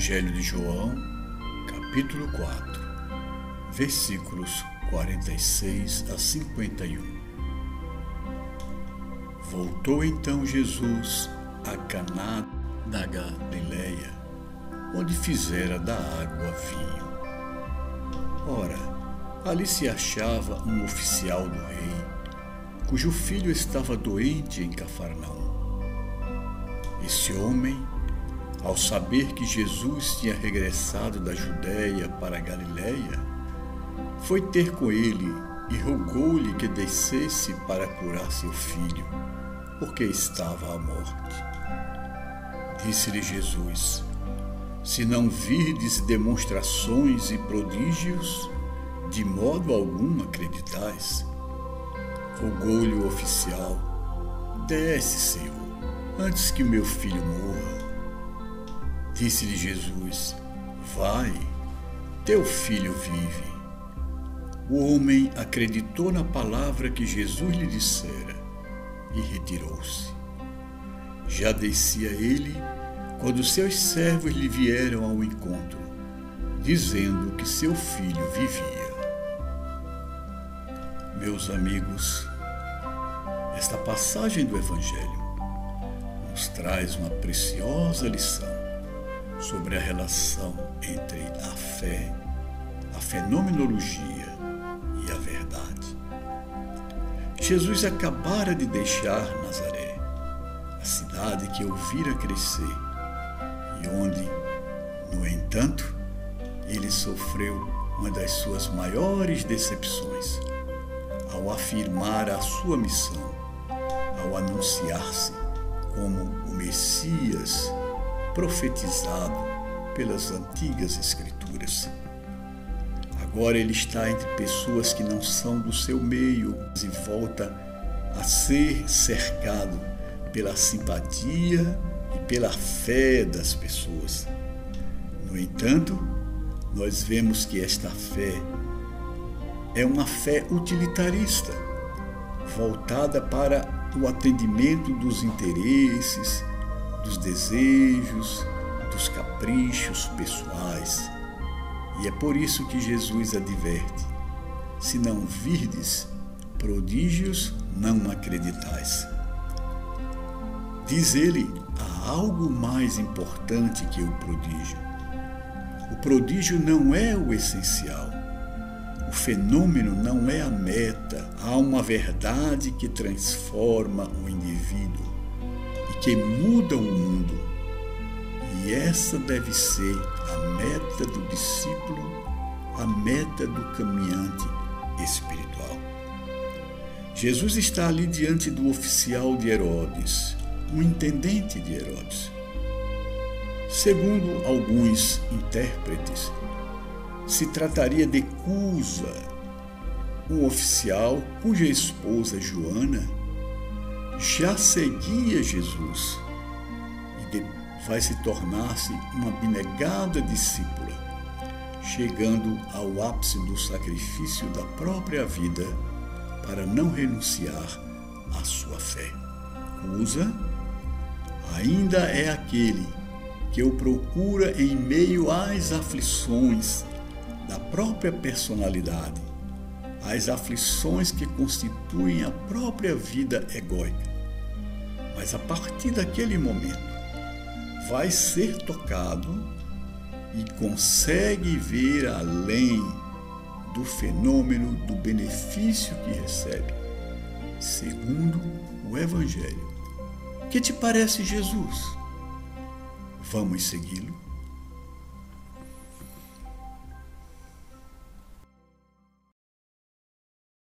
Evangelho de João, capítulo 4, versículos 46 a 51. Voltou então Jesus a Caná da Galileia, onde fizera da água vinho. Ora, ali se achava um oficial do rei, cujo filho estava doente em Cafarnaum. Esse homem, ao saber que Jesus tinha regressado da Judéia para a Galileia, foi ter com ele e rogou-lhe que descesse para curar seu filho, porque estava à morte. Disse-lhe Jesus: se não virdes demonstrações e prodígios, de modo algum acreditais. Rogou-lhe o oficial: desce, Senhor, antes que o meu filho morra. Disse-lhe Jesus: vai, teu filho vive. O homem acreditou na palavra que Jesus lhe dissera e retirou-se. Já descia ele quando seus servos lhe vieram ao encontro, dizendo que seu filho vivia. Meus amigos, esta passagem do Evangelho nos traz uma preciosa lição sobre a relação entre a fé, a fenomenologia e a verdade. Jesus acabara de deixar Nazaré, a cidade que eu vira crescer e onde, no entanto, ele sofreu uma das suas maiores decepções ao afirmar a sua missão, ao anunciar-se como o Messias profetizado pelas antigas Escrituras. Agora ele está entre pessoas que não são do seu meio e volta a ser cercado pela simpatia e pela fé das pessoas. No entanto, nós vemos que esta fé é uma fé utilitarista, voltada para o atendimento dos interesses, dos desejos, dos caprichos pessoais. E é por isso que Jesus adverte: se não virdes prodígios, não acreditais. Diz ele: há algo mais importante que o prodígio. O prodígio não é o essencial. O fenômeno não é a meta. Há uma verdade que transforma o indivíduo e que muda o mundo. E essa deve ser a meta do discípulo, a meta do caminhante espiritual. Jesus está ali diante do oficial de Herodes, um intendente de Herodes. Segundo alguns intérpretes, se trataria de Cusa, um oficial cuja esposa Joana já seguia Jesus e vai se tornar-se uma abnegada discípula, chegando ao ápice do sacrifício da própria vida para não renunciar à sua fé. Cusa ainda é aquele que o procura em meio às aflições da própria personalidade, as aflições que constituem a própria vida egóica. Mas a partir daquele momento, vai ser tocado e consegue ver além do fenômeno do benefício que recebe, segundo o Evangelho. Que te parece Jesus? Vamos segui-lo?